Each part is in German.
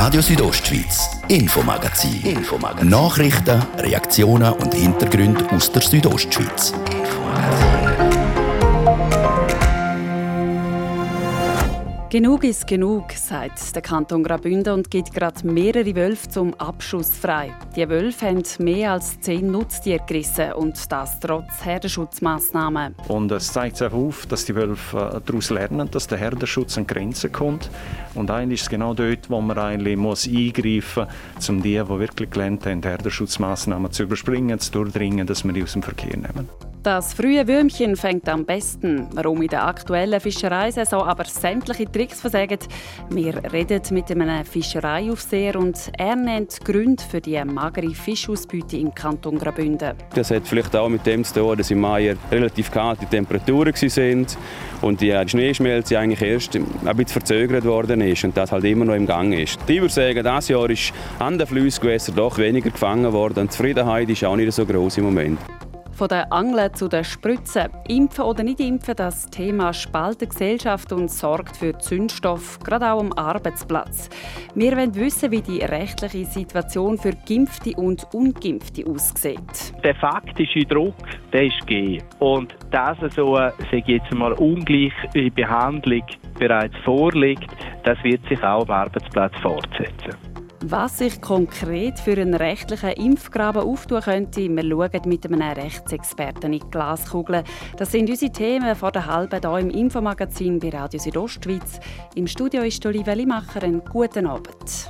Radio Südostschweiz, Infomagazin. Nachrichten, Reaktionen und Hintergründe aus der Südostschweiz. Genug ist genug, sagt der Kanton Graubünden und gibt gerade mehrere Wölfe zum Abschuss frei. Die Wölfe haben mehr als 10 Nutztiere gerissen und das trotz Herdenschutzmaßnahmen. Und es zeigt sich auf, dass die Wölfe daraus lernen, dass der Herdenschutz an Grenzen kommt. Und eigentlich ist es genau dort, wo man eigentlich eingreifen muss, um die wirklich gelernt haben, die Herdenschutzmaßnahmen zu überspringen, zu durchdringen, dass wir die aus dem Verkehr nehmen. Das frühe Würmchen fängt am besten. Warum in der aktuellen Fischereisaison aber sämtliche Tricks versagen? Wir reden mit einem Fischereiaufseher und er nennt Gründe für die magere Fischausbeute im Kanton Graubünden. Das hat vielleicht auch mit dem zu tun, dass im Mai relativ kalte Temperaturen waren und die Schneeschmelze eigentlich erst ein bisschen verzögert worden ist und das halt immer noch im Gang ist. Ich würde sagen, dieses Jahr ist an den Flussgewässern doch weniger gefangen worden und die Zufriedenheit ist auch nicht so groß im Moment. Von den Angeln zu den Spritzen. Impfen oder nicht impfen, das Thema spaltet die Gesellschaft und sorgt für Zündstoff, gerade auch am Arbeitsplatz. Wir wollen wissen, wie die rechtliche Situation für Geimpfte und Ungeimpfte aussieht. Der faktische Druck, der ist gegeben. Und dass so, sage ich jetzt mal, ungleiche Behandlung bereits vorliegt, das wird sich auch am Arbeitsplatz fortsetzen. Was sich konkret für einen rechtlichen Impfgraben auftun könnte, wir schauen mit einem Rechtsexperten in die Glaskugel. Das sind unsere Themen vor der halben hier im Infomagazin bei Radio Südostschweiz. Im Studio ist Olivia Limacher. Einen guten Abend.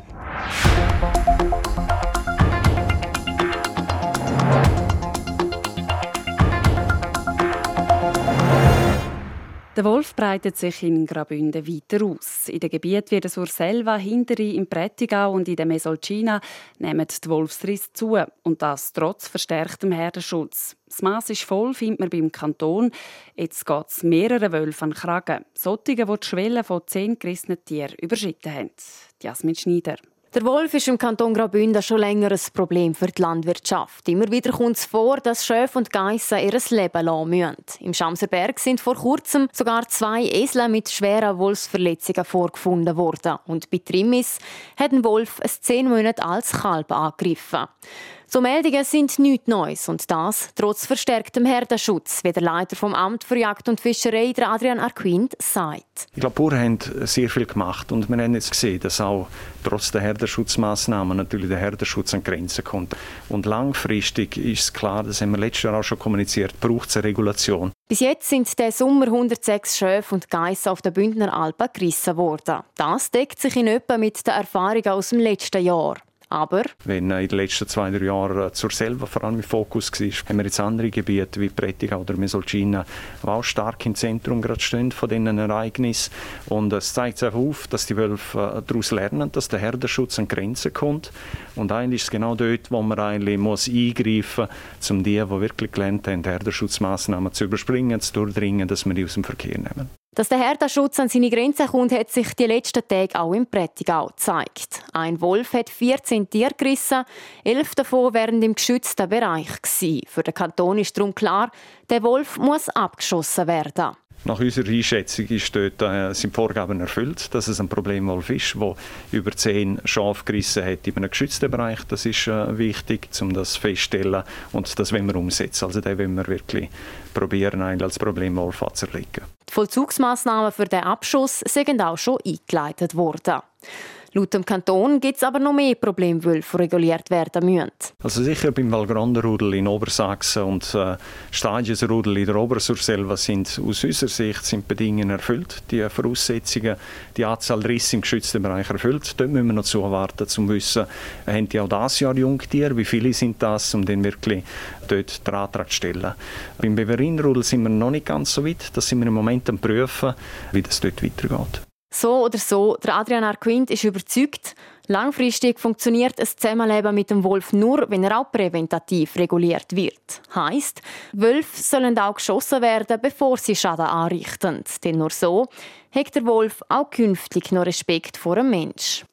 Der Wolf breitet sich in Graubünden weiter aus. In den Gebieten wie der Surselva, Hinteri, im Prättigau und in der Mesolcina nehmen die Wolfsrisse zu. Und das trotz verstärktem Herdenschutz. Das Mass ist voll, findet man beim Kanton. Jetzt geht es mehreren Wölfen an den Kragen. Solche, die die Schwelle von 10 gerissenen Tieren überschritten haben. Jasmin Schneider. Der Wolf ist im Kanton Graubünden schon länger ein Problem für die Landwirtschaft. Immer wieder kommt es vor, dass Schöfe und Geissen ihr Leben lassen müssen. Im Schamserberg sind vor kurzem sogar 2 Esel mit schweren Wolfsverletzungen vorgefunden worden. Und bei Trimmis hat ein Wolf ein 10 Monate altes Kalb angegriffen. So Meldungen sind nichts Neues und das trotz verstärktem Herdenschutz, wie der Leiter vom Amt für Jagd und Fischerei, Adrian Arquint, sagt. Ich glaube, die Bauern haben sehr viel gemacht und wir haben jetzt gesehen, dass auch trotz der Herdenschutzmaßnahmen natürlich der Herdenschutz an Grenzen kommt. Und langfristig ist es klar, das haben wir letztes Jahr auch schon kommuniziert, braucht es eine Regulation. Bis jetzt sind der Sommer 106 Schöfe und Geissen auf den Bündner Alpen gerissen worden. Das deckt sich in etwa mit den Erfahrungen aus dem letzten Jahr. Aber wenn in den letzten 2-3 Jahren zur selber vor allem im Fokus war, haben wir jetzt andere Gebiete wie Prättigau oder Mesolcina, die auch stark im Zentrum gerade stehen von diesen Ereignissen. Und es zeigt sich auf, dass die Wölfe daraus lernen, dass der Herdenschutz an Grenzen kommt. Und eigentlich ist es genau dort, wo man eigentlich eingreifen muss, um die wirklich gelernt haben, die Herdenschutzmaßnahmen zu überspringen, zu durchdringen, dass wir die aus dem Verkehr nehmen. Dass der Herdenschutz an seine Grenzen kommt, hat sich die letzten Tage auch im Prättigau gezeigt. Ein Wolf hat 14 Tiere gerissen, 11 davon wären im geschützten Bereich gewesen. Für den Kanton ist darum klar, der Wolf muss abgeschossen werden. Nach unserer Einschätzung ist dort, sind die Vorgaben erfüllt, dass es ein Problemwolf ist, der über 10 Schafe gerissen hat in einem geschützten Bereich. Das ist wichtig, um das festzustellen und das wollen wir umsetzen. Also den wollen wir wirklich probieren, als Problemwolf anzulegen. Die Vollzugsmaßnahmen für den Abschuss sind auch schon eingeleitet worden. Laut dem Kanton gibt es aber noch mehr Problemwölfe, die reguliert werden müssen. Also sicher beim Walgrandenrudel in Obersachsen und Stadiensrudel in der Obersurselva sind aus unserer Sicht sind Bedingungen erfüllt. Die Voraussetzungen, die Anzahl Risse im geschützten Bereich erfüllt. Dort müssen wir noch zuwarten, um zu wissen, haben die auch dieses Jahr Jungtiere, wie viele sind das, um dann wirklich dort den Antrag zu stellen. Beim Beverinrudel sind wir noch nicht ganz so weit. Das sind wir im Moment am Prüfen, wie das dort weitergeht. So oder so, der Adrian Arquint ist überzeugt, langfristig funktioniert ein Zusammenleben mit dem Wolf nur, wenn er auch präventativ reguliert wird. Heisst, Wölfe sollen auch geschossen werden, bevor sie Schaden anrichten. Denn nur so hat der Wolf auch künftig noch Respekt vor einem Mensch.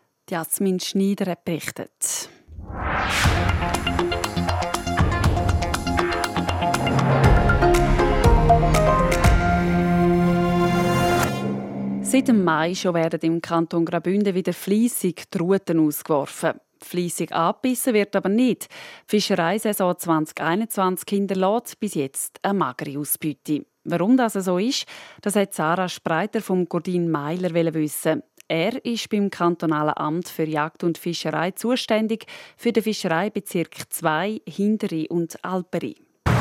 Jasmin Schneider hat berichtet. Seit dem Mai schon werden im Kanton Graubünden wieder fleissig die Ruten ausgeworfen. Fleissig abgebissen wird aber nicht. Die Fischereisaison 2021 hinterlässt bis jetzt eine magere Ausbeute. Warum das so ist, das hat Sarah Spreiter vom Gordin Meiler wissen. Er ist beim Kantonalen Amt für Jagd und Fischerei zuständig für den Fischereibezirk 2, Hinteri und Alperi.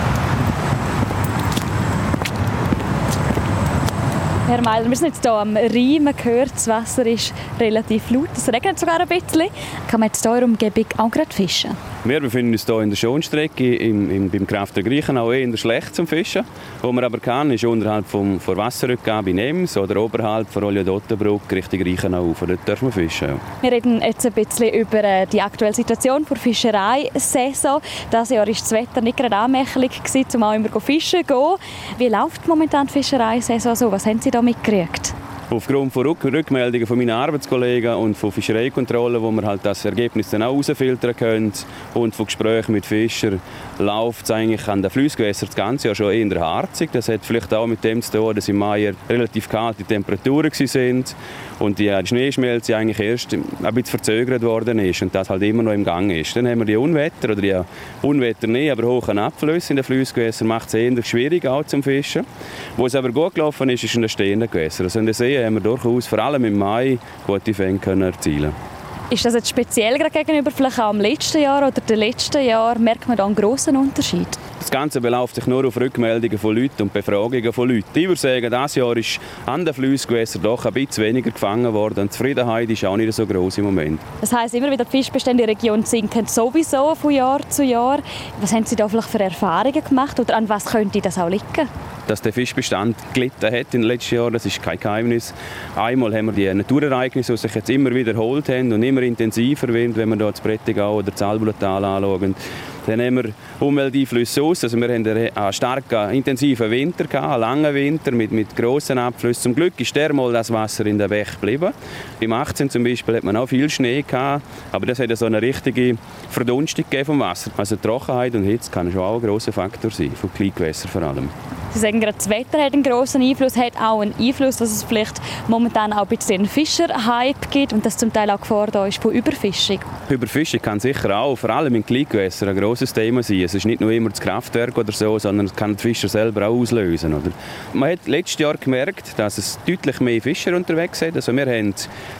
Herr Meiler, wir sind jetzt hier am Rhein. Man hört, das Wasser ist relativ laut. Es regnet sogar ein bisschen. Kann man jetzt hier in der Umgebung auch gerade fischen? Wir befinden uns hier in der Schonstrecke beim Kraft der Griechenau eher schlecht zum Fischen. Wo man aber kann, ist unterhalb der Wasserrückgabe in Ems oder oberhalb von Olja-Dottenbrück Richtung Griechenau. Dort dürfen wir fischen. Ja. Wir reden jetzt ein bisschen über die aktuelle Situation der Fischereisaison. Dieses Jahr war das Wetter nicht gerade anmächtig, um auch immer fischen zu gehen. Wie läuft momentan die Fischereisaison so? Was haben Sie da mitgekriegt? Aufgrund von Rückmeldungen von meinen Arbeitskollegen und von Fischereikontrollen, wo man halt das Ergebnis dann auch herausfiltern können, und von Gesprächen mit Fischern, läuft es eigentlich an den Flussgewässern das ganze Jahr schon eher harzig. Das hat vielleicht auch mit dem zu tun, dass im Mai relativ kalte Temperaturen waren und die Schneeschmelze eigentlich erst ein bisschen verzögert worden ist und das halt immer noch im Gang ist. Dann haben wir die Unwetter, oder die Unwetter nicht, aber hohen Abflüsse in den Flussgewässern macht es eher schwierig auch zum Fischen. Wo es aber gut gelaufen ist, ist in den stehenden Gewässern. Also in den Seen haben wir durchaus, vor allem im Mai, gute Fänge erzielen. Ist das jetzt speziell gegenüber vielleicht auch im letzten Jahr oder den letzten Jahren? Merkt man da einen grossen Unterschied? Das Ganze beläuft sich nur auf Rückmeldungen von Leuten und Befragungen von Leuten. Ich würde sagen, dieses Jahr ist an den Flussgewässern doch ein bisschen weniger gefangen worden. Und die Zufriedenheit ist auch nicht so gross im Moment. Das heisst, immer wieder die Fischbestände in der Region sinken sowieso von Jahr zu Jahr. Was haben Sie da vielleicht für Erfahrungen gemacht oder an was könnte das auch liegen? Dass der Fischbestand gelitten hat in den letzten Jahren, das ist kein Geheimnis. Einmal haben wir die Naturereignisse, die sich jetzt immer wiederholt haben und immer intensiver werden, wenn wir hier das Prättigau oder das Albulatal anschauen. Dann haben wir Umwelteinflüsse aus. Also wir haben einen starken, intensiven Winter gehabt, einen langen Winter mit grossen Abflüssen. Zum Glück ist dermal das Wasser in der Bech geblieben. Im 18 zum Beispiel hat man auch viel Schnee gehabt, aber das hat so eine richtige Verdunstung vom Wasser. Also Trockenheit und Hitze kann schon auch ein grosser Faktor sein, von Kleingewässern vor allem. Sie sagen gerade, das Wetter hat einen grossen Einfluss, hat auch einen Einfluss, dass es vielleicht momentan auch ein bisschen einen Fischer-Hype gibt und dass zum Teil auch Gefahr da ist von Überfischung. Überfischung kann sicher auch, vor allem in Kleingewässern, ein grosses Thema sein. Es ist nicht nur immer das Kraftwerk oder so, sondern es kann die Fischer selber auch auslösen. Oder? Man hat letztes Jahr gemerkt, dass es deutlich mehr Fischer unterwegs sind. Also wir haben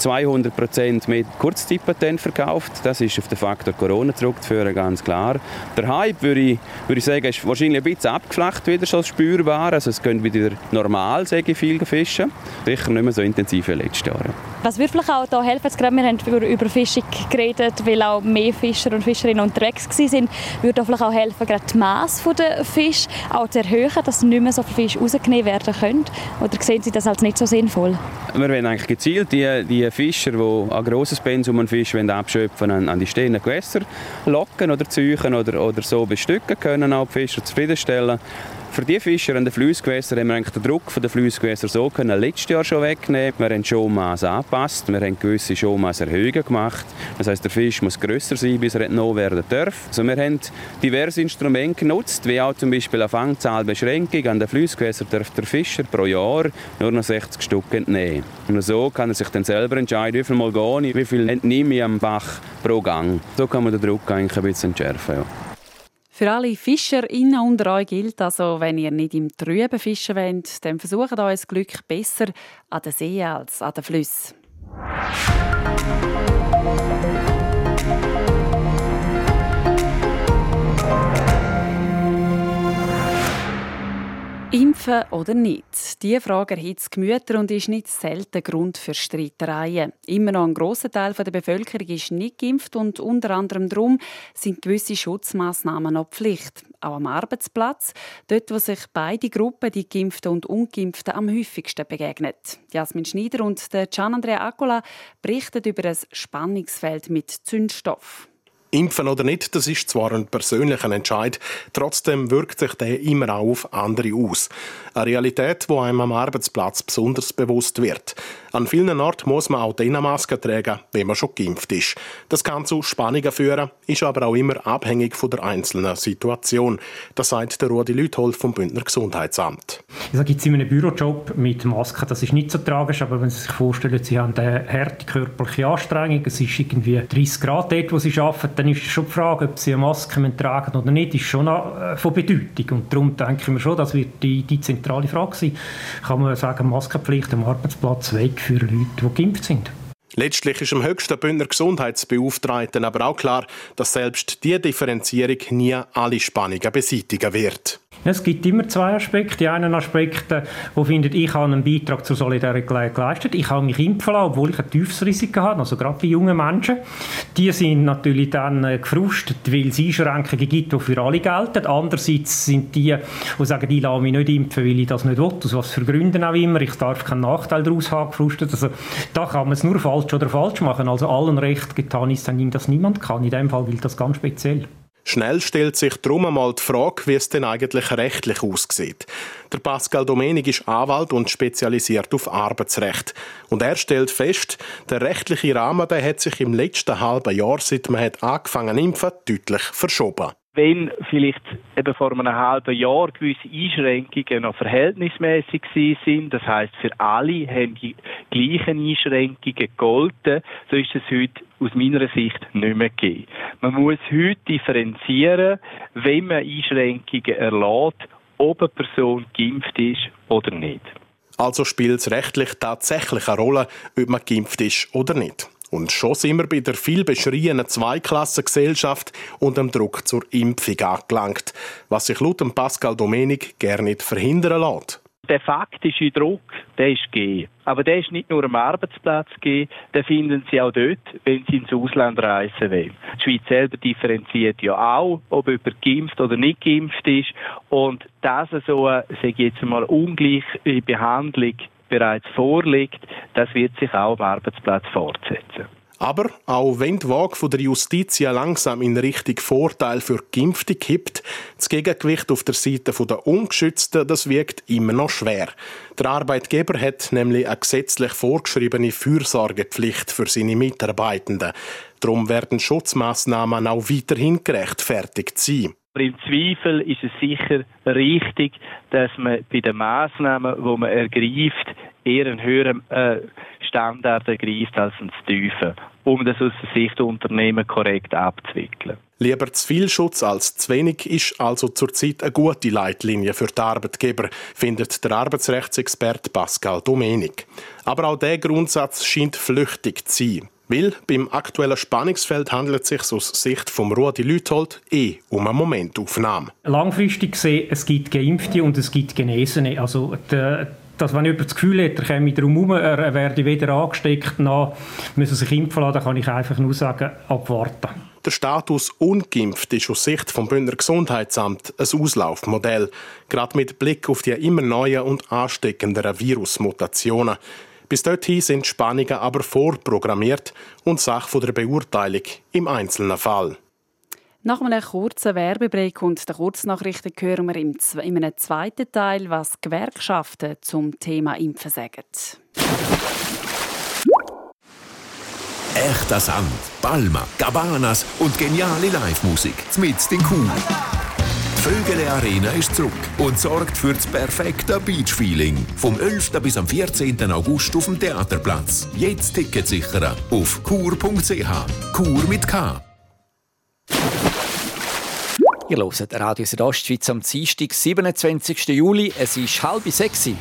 200% mehr Kurzzeitpatente verkauft. Das ist auf den Faktor Corona zurückzuführen, ganz klar. Der Hype, würde ich sagen, ist wahrscheinlich ein bisschen abgeflacht wieder, so spürbar. Also es können wieder normal viel fischen. Sicher nicht mehr so intensiv wie letztes Jahr. Was würde vielleicht auch da helfen? Wir haben über Überfischung geredet, weil auch mehr Fischer und Fischerinnen unterwegs waren. Würde da vielleicht auch helfen, gerade die Masse der Fische auch zu erhöhen, dass nicht mehr so viele Fische rausgenommen werden können? Oder sehen Sie das als nicht so sinnvoll? Wir wollen eigentlich gezielt die Fischer, die ein grosses Pensum an Fisch abschöpfen an die stehenden Gewässer locken oder züchen oder so bestücken können, auch die Fischer zufriedenstellen. Für die Fischer an den Flussgewässern haben wir eigentlich den Druck von den Flussgewässern so können letztes Jahr schon wegnehmen. Wir haben die Schonmasse angepasst, wir haben gewisse Schonmasserhöhungen gemacht. Das heisst, der Fisch muss grösser sein, bis er entnommen werden darf. Also wir haben diverse Instrumente genutzt, wie auch zum Beispiel eine Fangzahlbeschränkung. An den Flussgewässern darf der Fischer pro Jahr nur noch 60 Stück entnehmen. Und so kann er sich dann selber entscheiden, wie viel Mal gehe ich, wie viel entnehme ich am Bach pro Gang. So kann man den Druck eigentlich ein bisschen entschärfen. Ja. Für alle FischerInnen unter euch gilt also, wenn ihr nicht im Trüben fischen wollt, dann versucht euer Glück besser an den See als an den Flüssen. Impfen oder nicht? Diese Frage erhitzt Gemüter und ist nicht selten Grund für Streitereien. Immer noch ein grosser Teil der Bevölkerung ist nicht geimpft und unter anderem darum sind gewisse Schutzmaßnahmen noch Pflicht. Auch am Arbeitsplatz, dort wo sich beide Gruppen, die Geimpften und Ungeimpften, am häufigsten begegnen. Jasmin Schneider und Gian Andrea Accola berichten über ein Spannungsfeld mit Zündstoff. Impfen oder nicht, das ist zwar ein persönlicher Entscheid, trotzdem wirkt sich der immer auch auf andere aus. Eine Realität, die einem am Arbeitsplatz besonders bewusst wird. An vielen Orten muss man auch dann eine Maske tragen, wenn man schon geimpft ist. Das kann zu Spannungen führen, ist aber auch immer abhängig von der einzelnen Situation. Das sagt der Rudi Lüthold vom Bündner Gesundheitsamt. Also gibt es in einem Bürojob mit Maske, das ist nicht so tragisch, aber wenn Sie sich vorstellen, Sie haben eine harte körperliche Anstrengung, es ist irgendwie 30 Grad dort, wo Sie arbeiten, dann ist schon die Frage, ob Sie eine Maske tragen oder nicht, ist schon von Bedeutung. Und darum denke ich mir schon, das wird die zentrale Frage sein. Kann man sagen, Maskenpflicht am Arbeitsplatz weg für Leute, die geimpft sind? Letztlich ist dem höchsten Bündner Gesundheitsbeauftragten aber auch klar, dass selbst diese Differenzierung nie alle Spannungen beseitigen wird. Es gibt immer zwei Aspekte. Die einen Aspekte, wo findet, ich habe einen Beitrag zur Solidarität geleistet. Ich habe mich impfen lassen, obwohl ich ein tiefes Risiko habe, also gerade bei jungen Menschen. Die sind natürlich dann gefrustet, weil es Einschränkungen gibt, die für alle gelten. Andererseits sind die sagen, ich lasse mich nicht impfen, weil ich das nicht will, aus was für Gründen auch immer. Ich darf keinen Nachteil daraus haben, gefrustet. Also da kann man es nur falsch oder falsch machen. Also allen Recht getan ist dann, dass niemand kann. In diesem Fall gilt das ganz speziell. Schnell stellt sich darum einmal die Frage, wie es denn eigentlich rechtlich aussieht. Der Pascal Domenig ist Anwalt und spezialisiert auf Arbeitsrecht. Und er stellt fest, der rechtliche Rahmen der hat sich im letzten halben Jahr, seit man angefangen zu impfen, deutlich verschoben. Wenn vielleicht eben vor einem halben Jahr gewisse Einschränkungen noch verhältnismäßig sind, das heisst für alle haben die gleichen Einschränkungen gegolten, so ist es heute aus meiner Sicht nicht mehr gegeben. Man muss heute differenzieren, wenn man Einschränkungen erlässt, ob eine Person geimpft ist oder nicht. Also spielt es rechtlich tatsächlich eine Rolle, ob man geimpft ist oder nicht. Und schon sind wir bei der viel beschriebenen Zweiklassengesellschaft und dem Druck zur Impfung angelangt, was sich laut Pascal Domenig gerne nicht verhindern lässt. Der faktische Druck, der ist gegeben. Aber der ist nicht nur am Arbeitsplatz gegeben, den finden Sie auch dort, wenn Sie ins Ausland reisen wollen. Die Schweiz selber differenziert ja auch, ob jemand geimpft oder nicht geimpft ist. Und dass so eine, sage ich jetzt mal, ungleiche Behandlung bereits vorliegt, das wird sich auch am Arbeitsplatz fortsetzen. Aber auch wenn die Waage von der Justiz ja langsam in Richtung Vorteil für Geimpfte kippt, das Gegengewicht auf der Seite der Ungeschützten, das wiegt immer noch schwer. Der Arbeitgeber hat nämlich eine gesetzlich vorgeschriebene Fürsorgepflicht für seine Mitarbeitenden. Darum werden Schutzmaßnahmen auch weiterhin gerechtfertigt sein. Im Zweifel ist es sicher richtig, dass man bei den Massnahmen, die man ergreift, eher einen höheren Standard ergreift als einen zu tiefen, um das aus der Sicht der Unternehmen korrekt abzuwickeln. Lieber zu viel Schutz als zu wenig ist also zurzeit eine gute Leitlinie für die Arbeitgeber, findet der Arbeitsrechtsexperte Pascal Domenig. Aber auch dieser Grundsatz scheint flüchtig zu sein. Weil beim aktuellen Spannungsfeld handelt es sich aus Sicht von Rudi Lüthold um eine Momentaufnahme. Langfristig gesehen, es gibt Geimpfte und es gibt Genesene. Also dass wenn jemand das Gefühl hat, er käme drum herum, er werde weder angesteckt, noch müsse sich impfen lassen, dann kann ich einfach nur sagen, abwarten. Der Status ungeimpft ist aus Sicht vom Bündner Gesundheitsamt ein Auslaufmodell, gerade mit Blick auf die immer neuen und ansteckenderen Virusmutationen. Bis dorthin sind Spannungen aber vorprogrammiert und Sache der Beurteilung im einzelnen Fall. Nach einem kurzen Werbebreak und den Kurznachrichten hören wir in einem zweiten Teil, was Gewerkschaften zum Thema Impfen sagen. Echter Sand, Palma, Cabanas und geniale Live-Musik mitten in Chur. Die Vögele Arena ist zurück und sorgt für das perfekte Beach-Feeling. Vom 11. bis am 14. August auf dem Theaterplatz. Jetzt Ticket sichern auf chur.ch. Chur mit K. Ihr hört Radio Südostschweiz am Dienstag, 27. Juli. Es ist 5:30.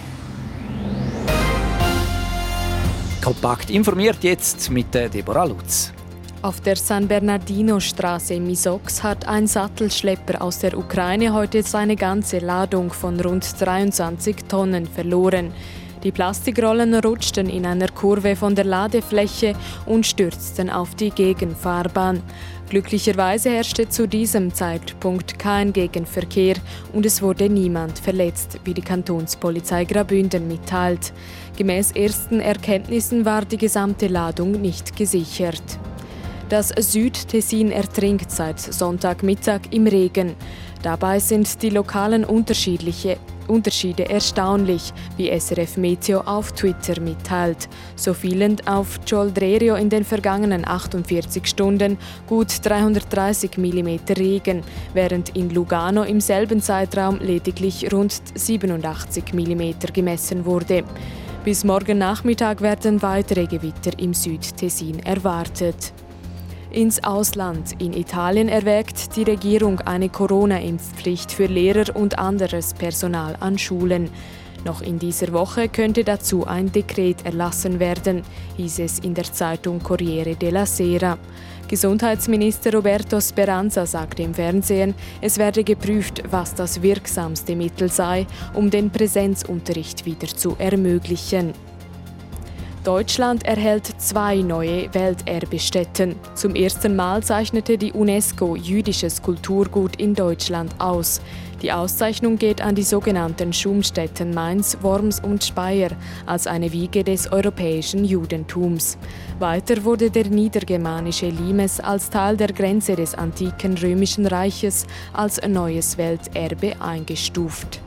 Kompakt informiert jetzt mit Deborah Lutz. Auf der San Bernardino-Straße in Misox hat ein Sattelschlepper aus der Ukraine heute seine ganze Ladung von rund 23 Tonnen verloren. Die Plastikrollen rutschten in einer Kurve von der Ladefläche und stürzten auf die Gegenfahrbahn. Glücklicherweise herrschte zu diesem Zeitpunkt kein Gegenverkehr und es wurde niemand verletzt, wie die Kantonspolizei Graubünden mitteilt. Gemäß ersten Erkenntnissen war die gesamte Ladung nicht gesichert. Das Südtessin ertrinkt seit Sonntagmittag im Regen. Dabei sind die lokalen Unterschiede erstaunlich, wie SRF Meteo auf Twitter mitteilt. So fielen auf Gioldrerio in den vergangenen 48 Stunden gut 330 mm Regen, während in Lugano im selben Zeitraum lediglich rund 87 mm gemessen wurde. Bis morgen Nachmittag werden weitere Gewitter im Südtessin erwartet. Ins Ausland. In Italien erwägt die Regierung eine Corona-Impfpflicht für Lehrer und anderes Personal an Schulen. Noch in dieser Woche könnte dazu ein Dekret erlassen werden, hieß es in der Zeitung Corriere della Sera. Gesundheitsminister Roberto Speranza sagte im Fernsehen, es werde geprüft, was das wirksamste Mittel sei, um den Präsenzunterricht wieder zu ermöglichen. Deutschland erhält 2 neue Welterbestätten. Zum ersten Mal zeichnete die UNESCO jüdisches Kulturgut in Deutschland aus. Die Auszeichnung geht an die sogenannten Schumstätten Mainz, Worms und Speyer als eine Wiege des europäischen Judentums. Weiter wurde der niedergermanische Limes als Teil der Grenze des antiken Römischen Reiches als neues Welterbe eingestuft.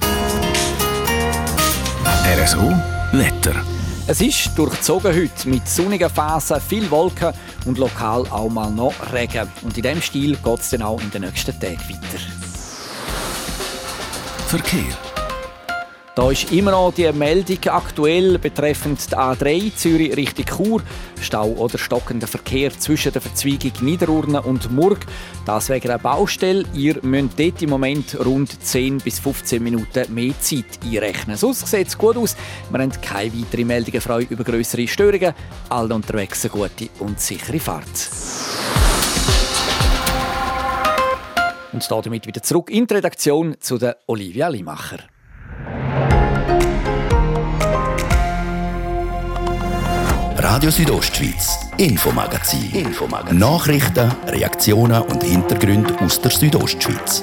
RSO Wetter. Es ist durchzogen heute mit sonnigen Phasen, viel Wolken und lokal auch mal noch Regen. Und in diesem Stil geht es dann auch in den nächsten Tagen weiter. Verkehr. Da ist immer noch die Meldung aktuell betreffend die A3 Zürich Richtung Chur. Stau oder stockender Verkehr zwischen der Verzweigung Niederurne und Murg. Das wegen einer Baustelle. Ihr müsst dort im Moment rund 10 bis 15 Minuten mehr Zeit einrechnen. Sonst sieht es gut aus. Wir haben keine weiteren Meldungen frei über grössere Störungen. Allen unterwegs eine gute und sichere Fahrt. Und damit wieder zurück in die Redaktion zu der Olivia Limacher. Radio Südostschweiz, Infomagazin. Nachrichten, Reaktionen und Hintergründe aus der Südostschweiz.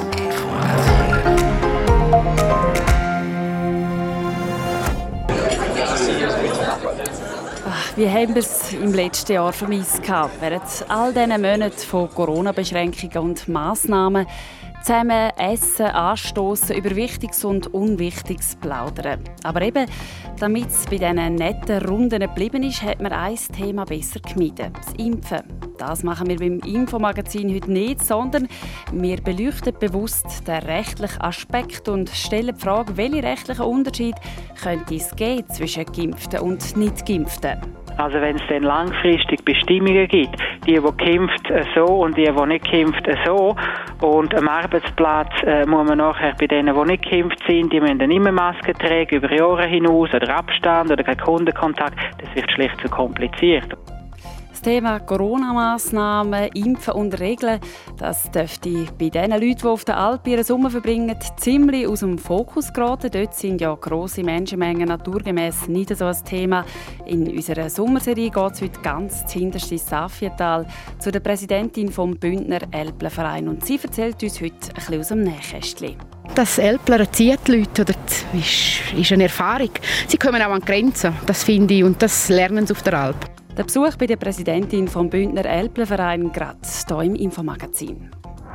Wie haben wir es im letzten Jahr vermisst gehabt? Während all diesen Monaten von Corona-Beschränkungen und Massnahmen zusammen essen, anstoßen, über Wichtiges und Unwichtiges plaudern. Aber eben, damit es bei diesen netten Runden geblieben ist, hat man ein Thema besser gemieden: das Impfen. Das machen wir beim Infomagazin heute nicht, sondern wir beleuchten bewusst den rechtlichen Aspekt und stellen die Frage, welche rechtlichen Unterschiede könnte es geben zwischen Geimpften und Nicht-Geimpften. Also wenn es dann langfristig Bestimmungen gibt, die geimpft so und die nicht geimpft so, und am Arbeitsplatz muss man nachher bei denen, die nicht geimpft sind, die müssen dann immer Masken tragen, über Jahre hinaus, oder Abstand oder kein Kundenkontakt, das wird schlicht zu kompliziert. Das Thema Corona-Massnahmen, Impfen und Regeln, das dürfte bei den Leuten, die auf der Alp ihren Sommer verbringen, ziemlich aus dem Fokus geraten. Dort sind ja grosse Menschenmengen naturgemäss nicht so ein Thema. In unserer Sommerserie geht es heute ganz hinterst ins Safietal zu der Präsidentin vom Bündner Älplerverein. Und sie erzählt uns heute ein bisschen aus dem Nähkästchen. Das Älplern zieht die Leute, oder ist eine Erfahrung. Sie kommen auch an die Grenzen, das finde ich, und das lernen sie auf der Alp. Der Besuch bei der Präsidentin vom Bündner Älplerverein gerade hier im Infomagazin.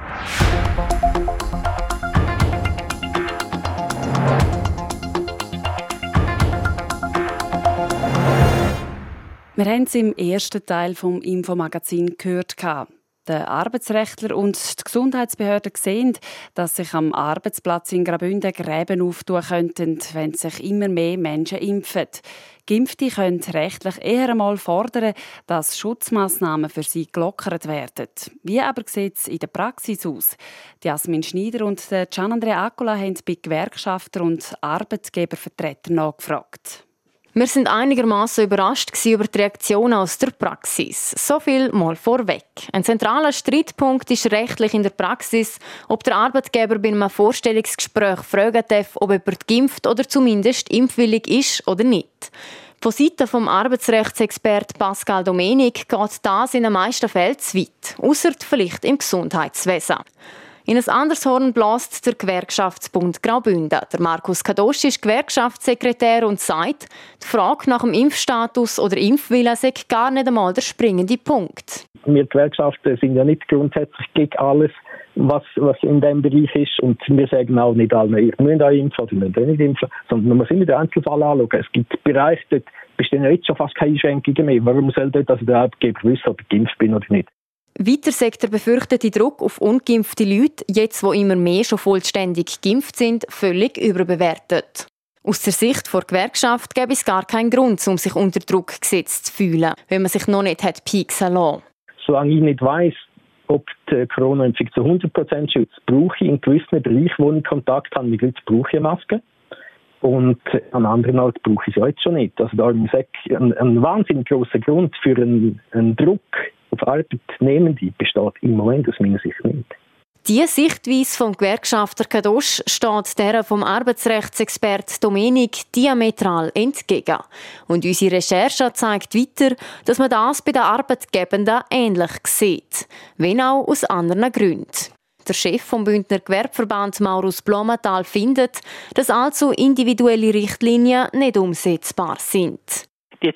Wir haben es im ersten Teil vom Infomagazin gehört. Der Arbeitsrechtler und die Gesundheitsbehörden sehen, dass sich am Arbeitsplatz in Graubünden Gräben auftun könnten, wenn sich immer mehr Menschen impfen. Geimpfte können rechtlich eher einmal fordern, dass Schutzmaßnahmen für sie gelockert werden. Wie aber sieht es in der Praxis aus? Jasmin Schneider und Gian-Andrea Accola haben bei Gewerkschafter und Arbeitgebervertretern nachgefragt. Wir sind einigermaßen überrascht über die Reaktionen aus der Praxis. So viel mal vorweg. Ein zentraler Streitpunkt ist rechtlich in der Praxis, ob der Arbeitgeber bei einem Vorstellungsgespräch fragen darf, ob jemand geimpft oder zumindest impfwillig ist oder nicht. Von Seiten vom Arbeitsrechtsexperten Pascal Domenik geht das in den meisten Fällen zu weit, ausser vielleicht im Gesundheitswesen. In ein anderes Horn bläst der Gewerkschaftsbund Graubünden. Der Markus Kadosch ist Gewerkschaftssekretär und sagt, die Frage nach dem Impfstatus oder Impfwillen sei gar nicht einmal der springende Punkt. Wir Gewerkschaften sind ja nicht grundsätzlich gegen alles, was in diesem Bereich ist. Und wir sagen auch nicht alle, ihr müsst auch impfen oder ihr müsst nicht impfen, sondern man muss immer den Einzelfall anschauen. Es gibt Bereiche, dort bestehen ja jetzt schon fast keine Einschränkungen mehr. Warum soll dort also der Arbeitgeber wissen, ob ich geimpft bin oder nicht? Weiter sagt der befürchtete Druck auf ungeimpfte Leute, jetzt wo immer mehr schon vollständig geimpft sind, völlig überbewertet. Aus der Sicht der Gewerkschaft gäbe es gar keinen Grund, um sich unter Druck gesetzt zu fühlen, wenn man sich noch nicht pieksen lassen. Solange ich nicht weiss, ob die Corona-Impfung zu 100% schützt, brauche ich in gewissen Bereichen, wo ich Kontakt habe mit Leuten, brauche ich eine Maske. Und an anderen Orten brauche ich es heute schon nicht. Also da ist ein wahnsinnig grosser Grund für einen Druck auf Arbeitnehmende besteht im Moment aus meiner Sicht nicht. Diese Sichtweise vom Gewerkschafter Kadosch steht der vom Arbeitsrechtsexpert Domenik diametral entgegen. Und unsere Recherche zeigt weiter, dass man das bei den Arbeitgebenden ähnlich sieht, wenn auch aus anderen Gründen. Der Chef vom Bündner Gewerbeverband Maurus Blumenthal findet, dass allzu individuelle Richtlinien nicht umsetzbar sind. Die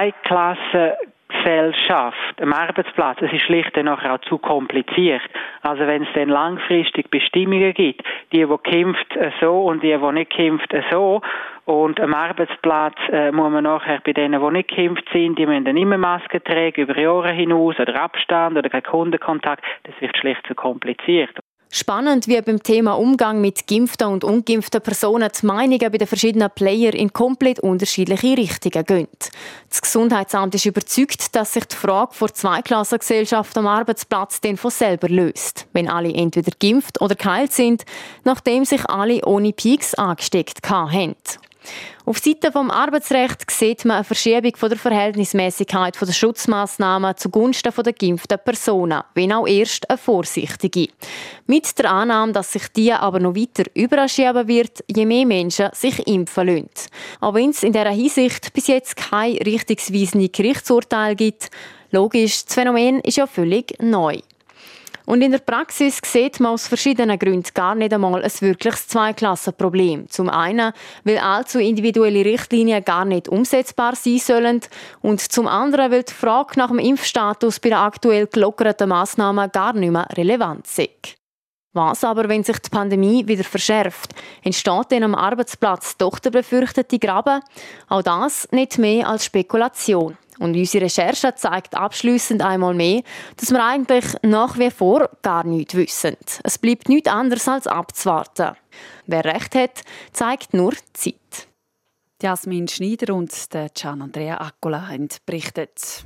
Zweiklassengesellschaft am Arbeitsplatz, es ist schlicht nachher auch zu kompliziert. Also wenn es dann langfristig Bestimmungen gibt, die geimpft so und die nicht geimpft so, und am Arbeitsplatz muss man nachher bei denen, die nicht geimpft sind, die müssen dann immer Masken tragen, über Jahre hinaus, oder Abstand oder kein Kundenkontakt, das wird schlicht zu kompliziert. Spannend, wie beim Thema Umgang mit geimpften und ungeimpften Personen die Meinungen bei den verschiedenen Playern in komplett unterschiedliche Richtungen gehen. Das Gesundheitsamt ist überzeugt, dass sich die Frage vor Zweiklassengesellschaft am Arbeitsplatz dann von selber löst, wenn alle entweder geimpft oder geheilt sind, nachdem sich alle ohne Peaks angesteckt haben. Auf Seite vom Arbeitsrecht sieht man eine Verschiebung von der Verhältnismäßigkeit der Schutzmaßnahmen zugunsten der geimpften Personen, wenn auch erst eine vorsichtige. Mit der Annahme, dass sich die aber noch weiter überschieben wird, je mehr Menschen sich impfen lassen. Auch wenn es in dieser Hinsicht bis jetzt kein richtungsweisendes Gerichtsurteil gibt, logisch, das Phänomen ist ja völlig neu. Und in der Praxis sieht man aus verschiedenen Gründen gar nicht einmal ein wirkliches Zweiklassenproblem. Zum einen, weil allzu individuelle Richtlinien gar nicht umsetzbar sein sollen, und zum anderen, weil die Frage nach dem Impfstatus bei den aktuell gelockerten Massnahmen gar nicht mehr relevant ist. Was aber, wenn sich die Pandemie wieder verschärft? Entsteht dann am Arbeitsplatz doch der befürchtete Graben? Auch das nicht mehr als Spekulation. Und unsere Recherche zeigt abschliessend einmal mehr, dass wir eigentlich nach wie vor gar nichts wissen. Es bleibt nichts anderes als abzuwarten. Wer recht hat, zeigt nur die Zeit. Jasmin Schneider und Gian Andrea Accola haben berichtet.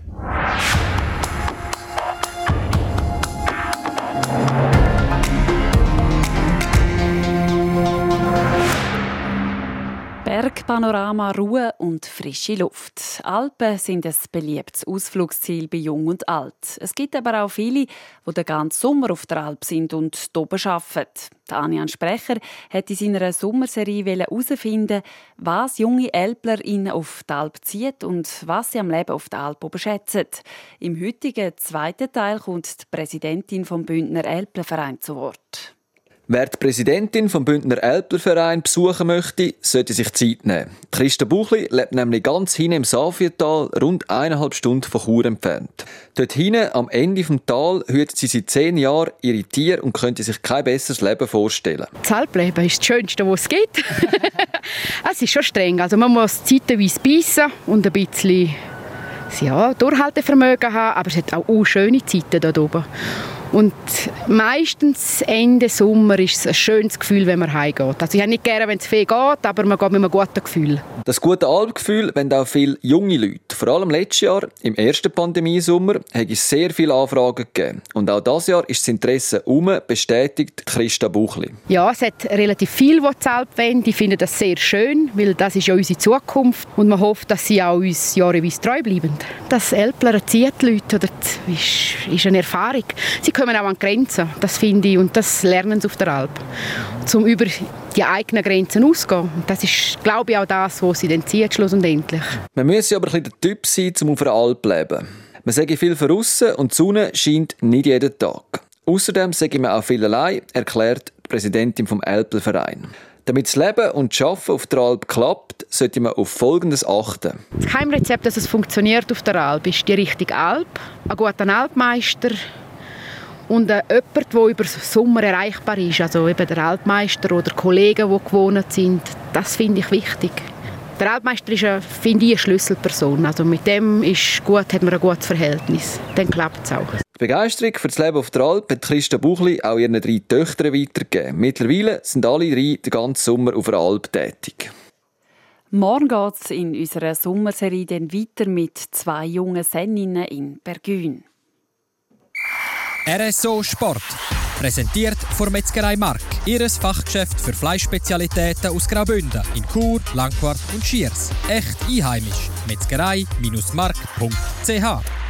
Bergpanorama, Ruhe und frische Luft. Alpen sind ein beliebtes Ausflugsziel bei Jung und Alt. Es gibt aber auch viele, die den ganzen Sommer auf der Alp sind und hier arbeiten. Anian Sprecher hat in seiner Sommerserie herausfinden, was junge Älplerinnen auf die Alp zieht und was sie am Leben auf der Alp schätzen. Im heutigen zweiten Teil kommt die Präsidentin vom Bündner Älplerverein zu Wort. Wer die Präsidentin vom Bündner Älplerverein besuchen möchte, sollte sich Zeit nehmen. Christa Buchli lebt nämlich ganz hinten im Safiertal, rund 1,5 Stunden von Chur entfernt. Dort hinten, am Ende des Tals, hütet sie seit 10 Jahren ihre Tiere und könnte sich kein besseres Leben vorstellen. Das Alpleben ist das Schönste, was es gibt. Es ist schon streng. Also man muss zeitweise beißen und ein bisschen Durchhaltevermögen haben, aber es hat auch schöne Zeiten dort oben. Und meistens Ende Sommer ist es ein schönes Gefühl, wenn man heimgeht. Also ich habe nicht gerne, wenn es viel geht, aber man geht mit einem guten Gefühl. Das gute Alpgefühl wollen auch viele junge Leute. Vor allem letztes Jahr, im ersten Pandemiesommer, hat es sehr viele Anfragen gegeben. Und auch dieses Jahr ist das Interesse bestätigt Christa Buchli. Ja, es hat relativ viele, die zur Alp wollen. Die finden das sehr schön, weil das ist ja unsere Zukunft. Und man hofft, dass sie auch uns jahreweise treu bleiben. Das Älplern zieht die Leute, ist eine Erfahrung. Sie kommen auch an Grenzen, das finde ich, und das lernen sie auf der Alp. Um über die eigenen Grenzen auszugehen. Und das ist, glaube ich, auch das, was sie dann zieht, schlussendlich. Man muss aber ein bisschen der Typ sein, um auf einer Alp zu leben. Man sagt viel von aussen und die Sonne scheint nicht jeden Tag. Außerdem sage man auch viel allein, erklärt die Präsidentin vom Älplerverein. Damit das Leben und das Arbeiten auf der Alp klappt, sollte man auf Folgendes achten. Das Geheimrezept, dass es funktioniert auf der Alp, ist die richtige Alp, ein guter Alpmeister und jemand, der über den Sommer erreichbar ist. Also eben der Alpmeister oder Kollegen, die gewohnt sind. Das finde ich wichtig. Der Alpmeister ist, finde ich, eine Schlüsselperson. Also mit dem ist gut, hat man ein gutes Verhältnis. Dann klappt es auch. Die Begeisterung für das Leben auf der Alp hat Christa Buchli auch ihren 3 Töchtern weitergegeben. Mittlerweile sind alle 3 den ganzen Sommer auf der Alp tätig. Morgen geht es in unserer Sommerserie dann weiter mit 2 jungen Senninnen in Bergün. RSO Sport. Präsentiert von Metzgerei Mark. Ihres Fachgeschäft für Fleischspezialitäten aus Graubünden in Chur, Langquart und Schiers. Echt einheimisch. Metzgerei-mark.ch.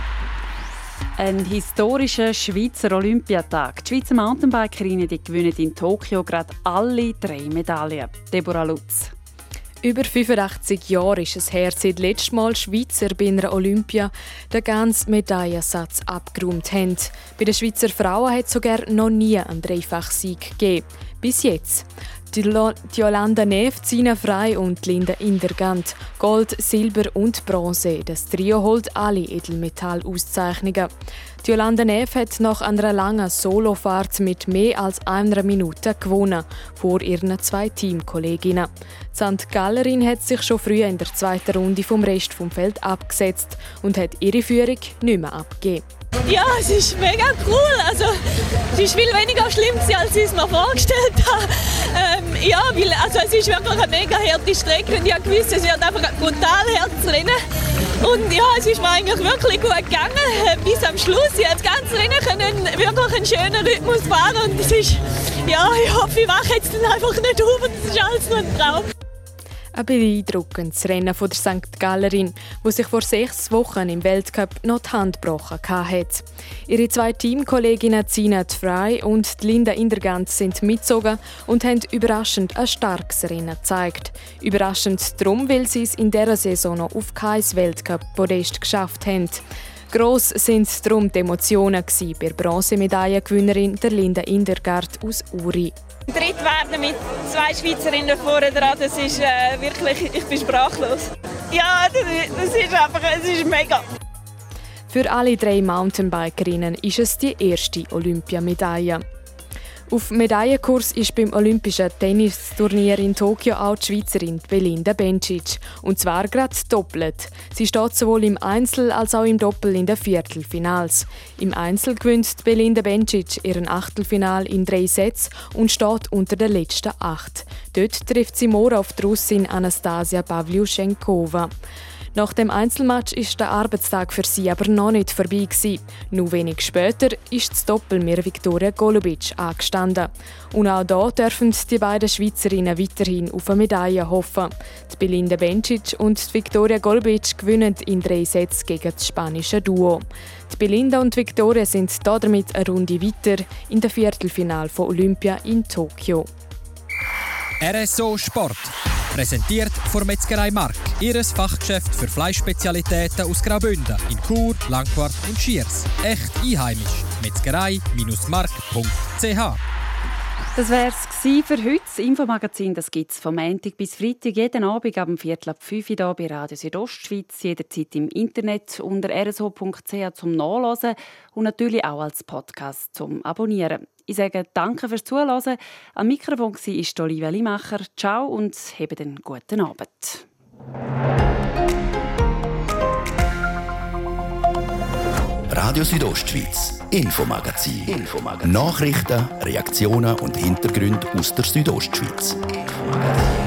Ein historischer Schweizer Olympiatag. Die Schweizer Mountainbikerinnen gewinnen in Tokio gerade alle 3 Medaillen. Deborah Lutz. Über 85 Jahre ist es her, seit letztes Mal Schweizer bei einer Olympia den ganzen Medaillensatz abgeräumt haben. Bei den Schweizer Frauen hat es sogar noch nie einen Dreifachsieg gegeben. Bis jetzt. Die Jolanda Neff, Zina Frey und Linda Indergant. Gold, Silber und Bronze. Das Trio holt alle Edelmetall-Auszeichnungen. Die Jolanda Neff hat nach einer langen Solofahrt mit mehr als 1 Minute gewonnen, vor ihren 2 Teamkolleginnen. Die St. Gallerin hat sich schon früh in der 2. Runde vom Rest vom Feld abgesetzt und hat ihre Führung nicht mehr abgegeben. Ja, es ist mega cool. Also, es ist viel weniger schlimm, als ich es mir vorgestellt habe. Es ist wirklich eine mega harte Strecke und ich habe gewusst, es wird einfach brutal hartes Rennen. Und ja, es ist mir eigentlich wirklich gut gegangen bis am Schluss. Ich konnte das ganze Rennen wirklich einen schönen Rhythmus fahren und es ist, ja, ich hoffe, ich wache jetzt dann einfach nicht auf und das ist alles nur ein Traum. Ein beeindruckendes Rennen von der St. Gallerin, wo sich vor 6 Wochen im Weltcup noch die Hand gebrochen hat. Ihre 2 Teamkolleginnen Zina Frey und Linda Indergant sind mitgezogen und haben überraschend ein starkes Rennen gezeigt. Überraschend darum, weil sie es in dieser Saison noch auf kein Weltcup-Podest geschafft haben. Gross sind darum die Emotionen bei der Bronzemedaillengewinnerin der Linda Indergart aus Uri. Dritt werden mit 2 Schweizerinnen vorne dran, das ist wirklich, ich bin sprachlos. Ja, das ist einfach, es ist mega. Für alle 3 Mountainbikerinnen ist es die erste Olympiamedaille. Auf Medaillenkurs ist beim Olympischen Tennisturnier in Tokio auch die Schweizerin Belinda Bencic. Und zwar gerade doppelt. Sie steht sowohl im Einzel als auch im Doppel in den Viertelfinals. Im Einzel gewinnt Belinda Bencic ihren Achtelfinal in 3 Sätzen und steht unter den letzten 8. Dort trifft sie morgen auf die Russin Anastasia Pawliuschenkova. Nach dem Einzelmatch ist der Arbeitstag für sie aber noch nicht vorbei gewesen. Nur wenig später ist das Doppel mit Viktoria Golubic angestanden. Und auch hier dürfen die beiden Schweizerinnen weiterhin auf eine Medaille hoffen. Die Belinda Bencic und die Viktoria Golubic gewinnen in 3 Sätzen gegen das spanische Duo. Die Belinda und Viktoria sind damit eine Runde weiter in der Viertelfinale von Olympia in Tokio. RSO Sport. Präsentiert von Metzgerei Mark. Ihres Fachgeschäft für Fleischspezialitäten aus Graubünden in Chur, Langquart und Schiers. Echt einheimisch. Metzgerei-mark.ch. Das wäre es für heute. Das Infomagazin gibt es vom Montag bis Freitag jeden Abend ab 4:05 hier bei Radio Südostschweiz, jederzeit im Internet unter rso.ch zum Nachlesen und natürlich auch als Podcast zum Abonnieren. Ich sage danke fürs Zuhören. Am Mikrofon war Olivia Limacher. Ciao und habt einen guten Abend. Radio Südostschweiz, Infomagazin. Nachrichten, Reaktionen und Hintergründe aus der Südostschweiz.